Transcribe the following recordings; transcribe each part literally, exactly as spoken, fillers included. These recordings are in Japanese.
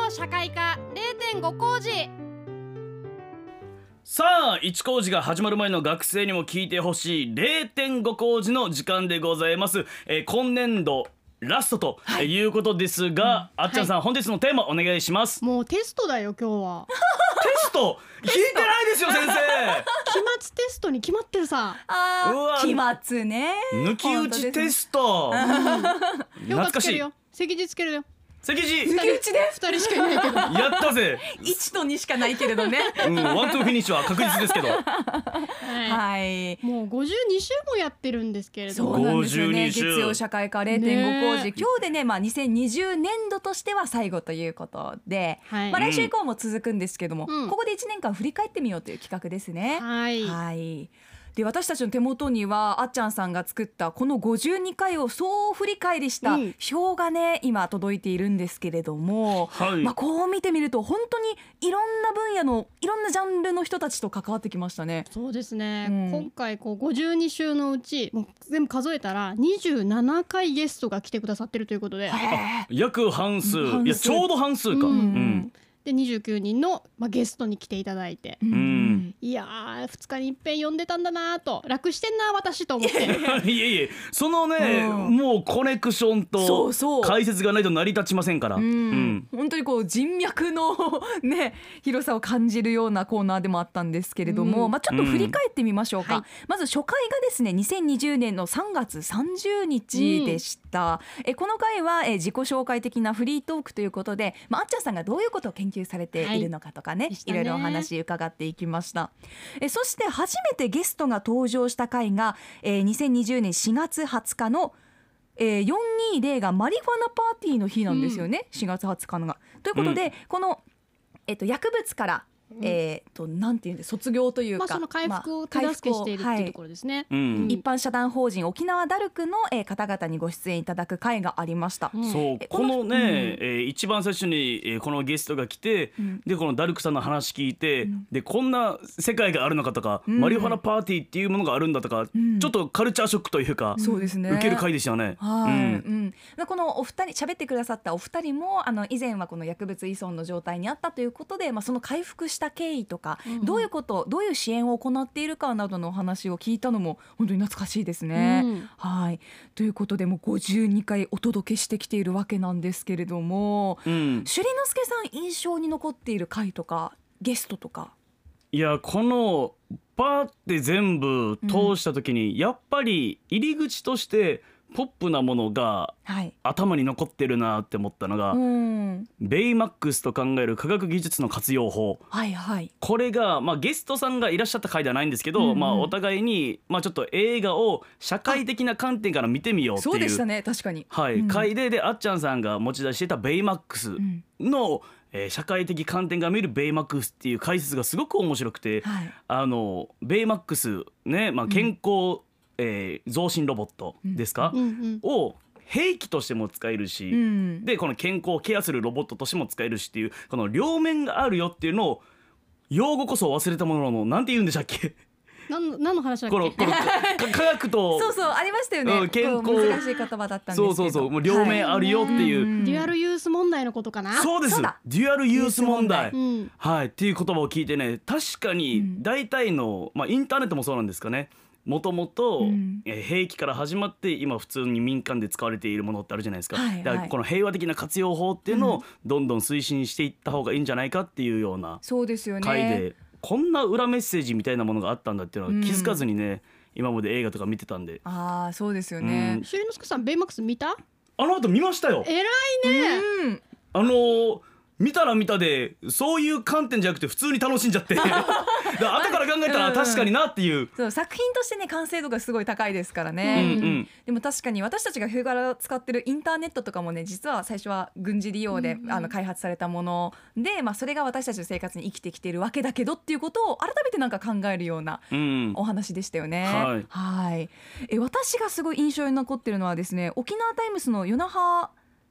社会科 れいてんご 工事。 さあいち工事が始まる前の学生にも聞いてほしい れいてんご 工事の時間でございます、えー、今年度ラストということですが、はい、あっちゃんさん、はい、本日のテーマお願いします。 もうテストだよ今日は。 テスト聞いてないですよ先生。 期末テストに決まってるさ。 あー期末ね、 抜き打ちテスト、うん、懐かしい。 席次つけるよ。 席次抜き打ちでふたりしかいないけどやったぜ。 いちとにしかないけれどね、 うん、ワンツーフィニッシュは確実ですけどはい、 はい、 もうごじゅうに週もやってるんですけれども。 そうなんですよね。 週月曜社会科 れいてんご 工事、今日でね、まあ、にせんにじゅうねんどとしては最後ということで、はい、まあ、来週以降も続くんですけども、うん、ここでいちねんかん振り返ってみようという企画ですね。 はい、 はい、で私たちの手元にはあっちゃんさんが作ったこのごじゅうにかいを総振り返りした表がね、うん、今届いているんですけれども、はい、まあ、こう見てみると本当にいろんな分野のいろんなジャンルの人たちと関わってきましたね。 そうですね、うん、今回こうごじゅうに週のうちもう全部数えたらにじゅうななかいゲストが来てくださってるということで、 約半数、いやちょうど半数か、うんうん、 でにじゅうきゅうにんの、まあ、ゲストに来ていただいて、うん、いやーふつかにいっぺん呼んでたんだなと、楽してんな私と思っていえいえ、そのね、うん、もうコネクションと解説がないと成り立ちませんから、うんうん、 本当にこう人脈のね広さを感じるようなコーナーでもあったんですけれども、うん、まあ、ちょっと振り返ってみましょうか、うん、はい、まず初回がですねにせんにじゅうねんのさんがつさんじゅうにちでした、うん、えこの回はえ自己紹介的なフリートークということで、まあ、あっちゃんさんがどういうことを研究されているのかとかね、はい、いろいろお話伺っていきました。えそして初めてゲストが登場した回が、えー、にせんにじゅうねんしがつはつかの、えー、よんにーぜろがマリファナパーティーの日なんですよね、うん、しがつはつかのが。ということで、うん、この、えー、と薬物からえー、となんていうんで卒業というか、 まあ、その回復を手助けしているっていうところですね、 はい、うん、一般社団法人沖縄ダルクの、えー、方々にご出演いただく会がありました、 うん、そうこのね、うん、えー、一番最初に、えー、このゲストが来て、うん、でこのダルクさんの話聞いて、うん、でこんな世界があるのかとか、うん、マリファナパーティーっていうものがあるんだとか、うん、ちょっとカルチャーショックというか、 そうですね、 受ける回でしたね。 はい、うんうん、このお二人喋ってくださったお二人もあの以前はこの薬物依存の状態にあったということで、まあ、その回復した経緯とか、うん、どういうことどういう支援を行っているかなどのお話を聞いたのも本当に懐かしいですね、うん、はい、ということでもうごじゅうにかいお届けしてきているわけなんですけれども、うん、朱里之助さん印象に残っている回とかゲストとか。 いやこのパーって全部通した時に、うん、やっぱり入り口としてポップなものが頭に残ってるなって思ったのが、うん、ベイマックスと考える科学技術の活用法、 はいはい、 これが、まあ、ゲストさんがいらっしゃった回ではないんですけど、うんうん、まあ、お互いに、まあ、ちょっと映画を社会的な観点から見てみようっていう、 そうでしたね確かに、 はい、うん、回でであっちゃんさんが持ち出していたベイマックスの、うん、えー、社会的観点が見るベイマックスっていう解説がすごく面白くて、はい、あのベイマックスね、まあ、健康、うん、えー、増進ロボットですか、うんうんうん、を兵器としても使えるし、うん、でこの健康をケアするロボットとしても使えるしっていうこの両面があるよっていうのを用語こそ忘れたもののなんて言うんでしたっけ。 何の話だっけ。このこの科学とそうそうありましたよね、うん、健康難しい言葉だったんですけど、 そうそうそうもう両面あるよっていう、 はい、デュアルユース問題のことかな。 そうです、デュアルユース問題、うん、はいっていう言葉を聞いてね、確かに大体の、まあ、インターネットもそうなんですかね、もともと兵器から始まって今普通に民間で使われているものってあるじゃないですか、はいはい、だからこの平和的な活用法っていうのをどんどん推進していった方がいいんじゃないかっていうようなそうですよね回で、こんな裏メッセージみたいなものがあったんだっていうのは気づかずにね、うん、今まで映画とか見てたんで。 ああそうですよね。 朱里之助さんベイマックス見た？ あの後見ましたよ。 偉いね、 うん、あのー見たら見たでそういう観点じゃなくて普通に楽しんじゃってだから後から考えたら確かになっていう、うん、 そう作品としてね完成度がすごい高いですからね、うんうん、でも確かに私たちが日頃使ってるインターネットとかもね実は最初は軍事利用で、うんうん、あの開発されたもので、まあ、それが私たちの生活に生きてきてるわけだけどっていうことを改めてなんか考えるようなお話でしたよね、うん、はい、はい、え私がすごい印象に残ってるのはですね沖縄タイムスの与那覇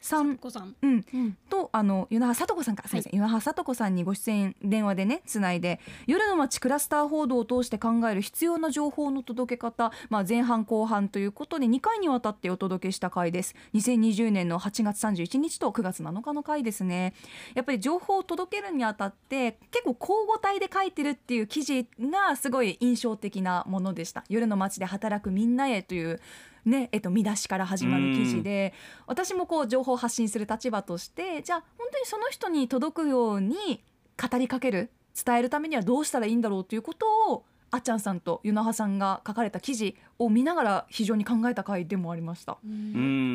さん、うんうん、とあの与那覇聡子さんか、すみません、与那覇聡子さんにご出演電話でねつないで、夜の街クラスター報道を通して考える必要な情報の届け方、まあ、前半後半ということでにかいにわたってお届けした回です。にせんにじゅうねんのはちがつさんじゅういちにちとくがつなのかの回ですね。やっぱり情報を届けるにあたって結構交互体で書いてるっていう記事がすごい印象的なものでした。夜の街で働くみんなへというねえっと、見出しから始まる記事で、私もこう情報を発信する立場として、じゃあ本当にその人に届くように語りかける、伝えるためにはどうしたらいいんだろうということをあっちゃんさんと与那覇さんが書かれた記事を見ながら非常に考えた回でもありました。 うん、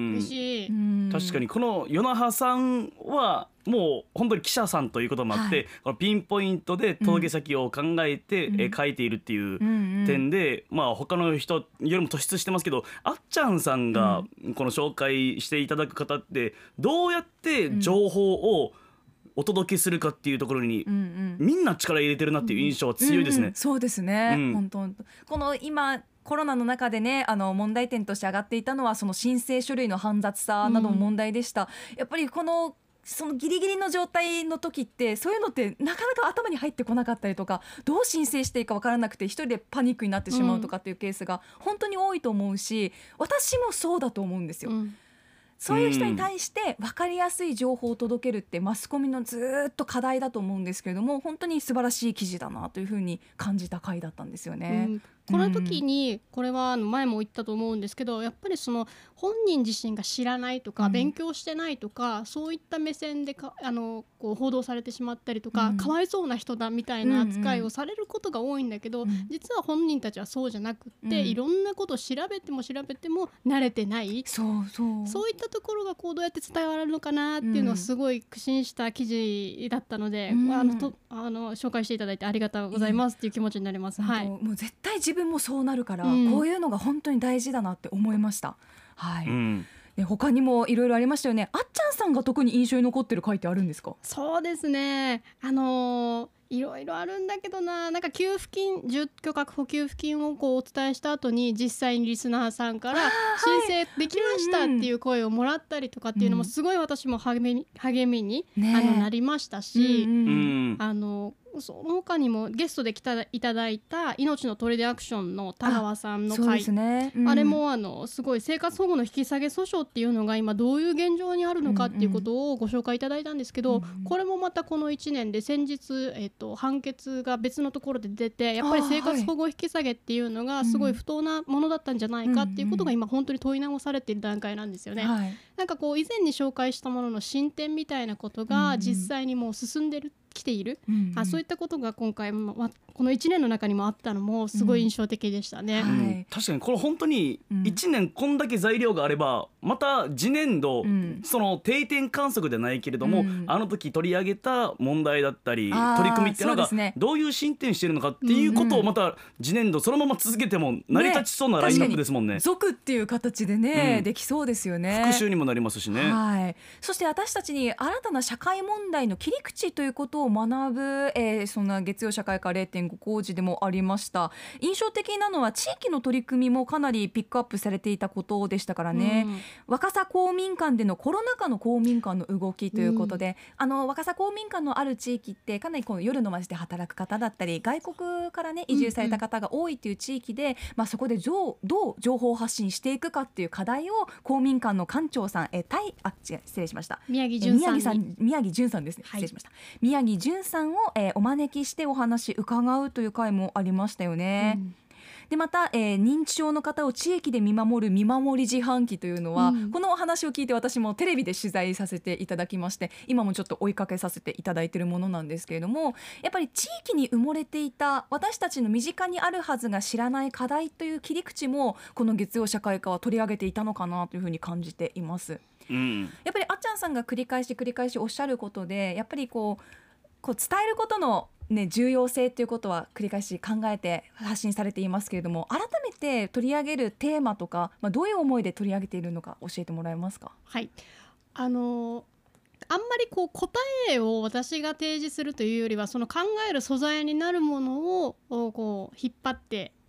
嬉しい。 確かにこの与那覇さんはもう本当に記者さんということもあって、はい、このピンポイントで届け先を考えて、うん、え書いているっていう点で、うんうん、まあ他の人よりも突出してますけど、あっちゃんさんがこの紹介していただく方ってどうやって情報をお届けするかっていうところに、うんうん、みんな力入れてるなっていう印象は強いですね。うんうん、 そうですね、うん、本当この今コロナの中でね、あの問題点として上がっていたのはその申請書類の煩雑さなども問題でした。うん、やっぱりこのそのギリギリの状態の時ってそういうのってなかなか頭に入ってこなかったりとか、どう申請していいか分からなくて一人でパニックになってしまうとかっていうケースが本当に多いと思うし、私もそうだと思うんですよ。うん、そういう人に対して分かりやすい情報を届けるってマスコミのずっと課題だと思うんですけれども、本当に素晴らしい記事だなというふうに感じた回だったんですよね。うん、 この時にこれは前も言ったと思うんですけど、やっぱりその本人自身が知らないとか勉強してないとか、そういった目線でかあのこう報道されてしまったりとか、かわいそうな人だみたいな扱いをされることが多いんだけど、実は本人たちはそうじゃなくって、いろんなことを調べても調べても慣れてない、 そうそう、 そういったところがこうどうやって伝わるのかなっていうのはすごい苦心した記事だったので、うん、あのとあの紹介していただいてありがとうございますっていう気持ちになります。はい、 もう絶対自分もそうなるから、うん、こういうのが本当に大事だなって思いました。はい、うん、で他にもいろいろありましたよね。あっちゃんさんが特に印象に残ってる回ってあるんですか？ そうですね、あのーいろいろあるんだけどな、なんか給付金住居確保給付金をこうお伝えした後に実際にリスナーさんから申請できましたっていう声をもらったりとかっていうのもすごい私も励みに、励みに、ね、あのなりましたし、うんうん、あのその他にもゲストで来たいただいた命の砦アクションの田川さんの会、 あ,、ねうん、あれもあのすごい生活保護の引き下げ訴訟っていうのが今どういう現状にあるのかっていうことをご紹介いただいたんですけど、うんうん、これもまたこのいちねんで先日、えっと、判決が別のところで出て、やっぱり生活保護引き下げっていうのがすごい不当なものだったんじゃないかっていうことが今本当に問い直されている段階なんですよね。はい、なんかこう以前に紹介したものの進展みたいなことが実際にもう進んでる来ている、うんうん、あそういったことが今回もこのいちねんの中にもあったのもすごい印象的でしたね。 うんはい、確かにこれ本当にいちねんこんだけ材料があれば、また次年度、うん、その定点観測じゃないけれども、うん、あの時取り上げた問題だったり取り組みっていうのがどういう進展してるのかっていうことをまた次年度そのまま続けても成り立ちそうなラインナップですもんね。 続っていう形でね、うん、できそうですよね。 復習にもなりますしね。 はい、そして私たちに新たな社会問題の切り口ということを学ぶ、えー、そんな月曜社会科 れいてんご 講義でもありました。印象的なのは地域の取り組みもかなりピックアップされていたことでしたからね。うん、若狭公民館でのコロナ禍の公民館の動きということで、うん、あの若狭公民館のある地域ってかなりこの夜の街で働く方だったり外国からね移住された方が多いという地域で、うんうんまあ、そこでどう、どう情報発信していくかっていう課題を公民館の館長さんえたいあ違う失礼しました宮城純さんに宮城さん宮城純さんですね、はい、失礼しました宮城純さんを、えー、お招きしてお話伺うという回もありましたよね。うんでまた、えー、認知症の方を地域で見守る見守り自販機というのは、うん、このお話を聞いて私もテレビで取材させていただきまして、今もちょっと追いかけさせていただいているものなんですけれども、やっぱり地域に埋もれていた私たちの身近にあるはずが知らない課題という切り口もこの月曜社会科は取り上げていたのかなというふうに感じています。うん、やっぱりあっちゃんさんが繰り返し繰り返しおっしゃることで、やっぱりこう、こう伝えることのね、重要性ということは繰り返し考えて発信されていますけれども、改めて取り上げるテーマとか、まあ、どういう思いで取り上げているのか教えてもらえますか？ はい、あのー、あんまりこう答えを私が提示するというよりは、その考える素材になるものをこう引っ張って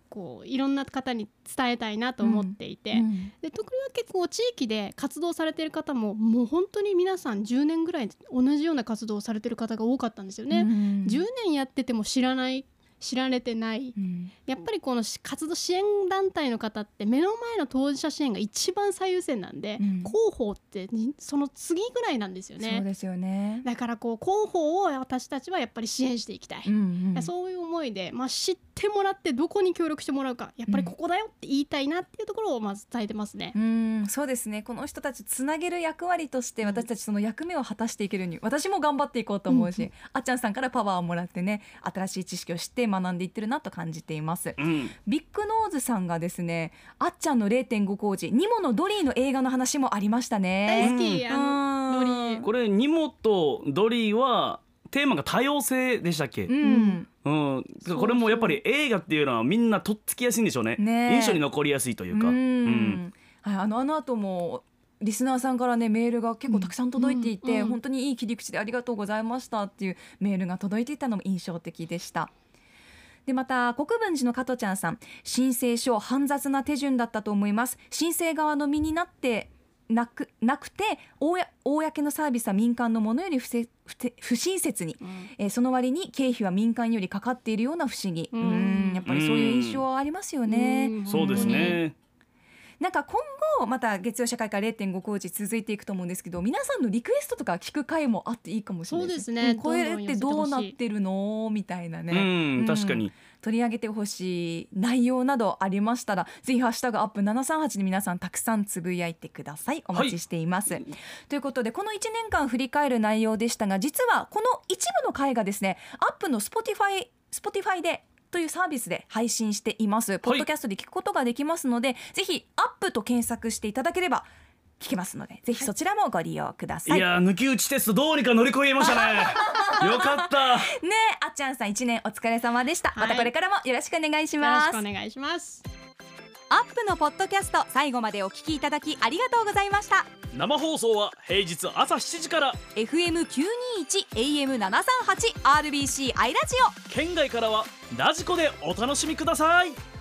こういろんな方に伝えたいなと思っていて、うんうん、で特には結構地域で活動されている方ももう本当に皆さんじゅうねんぐらい同じような活動をされている方が多かったんですよね、うんうん、じゅうねんやってても知らない知られてない、うん、やっぱりこの活動支援団体の方って目の前の当事者支援が一番最優先なんで、うん、広報ってその次ぐらいなんですよね。 そうですよね。 だからこう広報を私たちはやっぱり支援していきたい、うんうん、そういう思いで、まあ、知ってもらってどこに協力してもらうかやっぱりここだよって言いたいなっていうところをまず伝えてますね、 うん、そうですね。この人たちつなげる役割として私たちその役目を果たしていけるように私も頑張っていこうと思うし、うん、あっちゃんさんからパワーをもらってね新しい知識を知って学んでいってるなと感じています、うん、ビッグノーズさんがですねあっちゃんの れいてんご 工事ニモのドリーの映画の話もありましたね。 大好き、あのドリー。 これニモとドリーはテーマが多様性でしたっけ、うんうん、これもやっぱり映画っていうのはみんなとっつきやすいんでしょうね、ね、印象に残りやすいというか、うん、うん、 はい、あのあの後もリスナーさんからねメールが結構たくさん届いていて、うんうん、本当にいい切り口でありがとうございましたっていうメールが届いていたのも印象的でした。でまた国分寺の加トちゃんさん、申請書煩雑な手順だったと思います。申請側の身になってなく、なくて公のサービスは民間のものより不正不親切に、うん、えー、その割に経費は民間よりかかっているような不思議、うん、うんやっぱりそういう印象はありますよね。 うん、そうですね。 なんか今後また月曜社会科 れいてんご 工事続いていくと思うんですけど、皆さんのリクエストとか聞く回もあっていいかもしれないです。 そうですね、 これってどうなってるのみたいなね、 うん、確かに取り上げてほしい内容などありましたらぜひハッシュタグアップななさんはちで皆さんたくさんつぶやいてください。お待ちしています、はい、ということでこのいちねんかん振り返る内容でしたが、実はこの一部の回がですねアップの Spotify, Spotify でというサービスで配信しています。ポッドキャストで聞くことができますので、はい、ぜひアップと検索していただければ聞けますので、ぜひそちらもご利用ください。 いや抜き打ちテストどうにか乗り越えましたねよかったね。 あっちゃんさんいちねんお疲れ様でした、はい、またこれからもよろしくお願いします。 よろしくお願いします。 アップのポッドキャスト最後までお聞きいただきありがとうございました。 生放送は平日朝しちじからエフエムきゅうにいち エーエムななさんはち アールビーシー アイラジオ、 県外からはラジコでお楽しみください。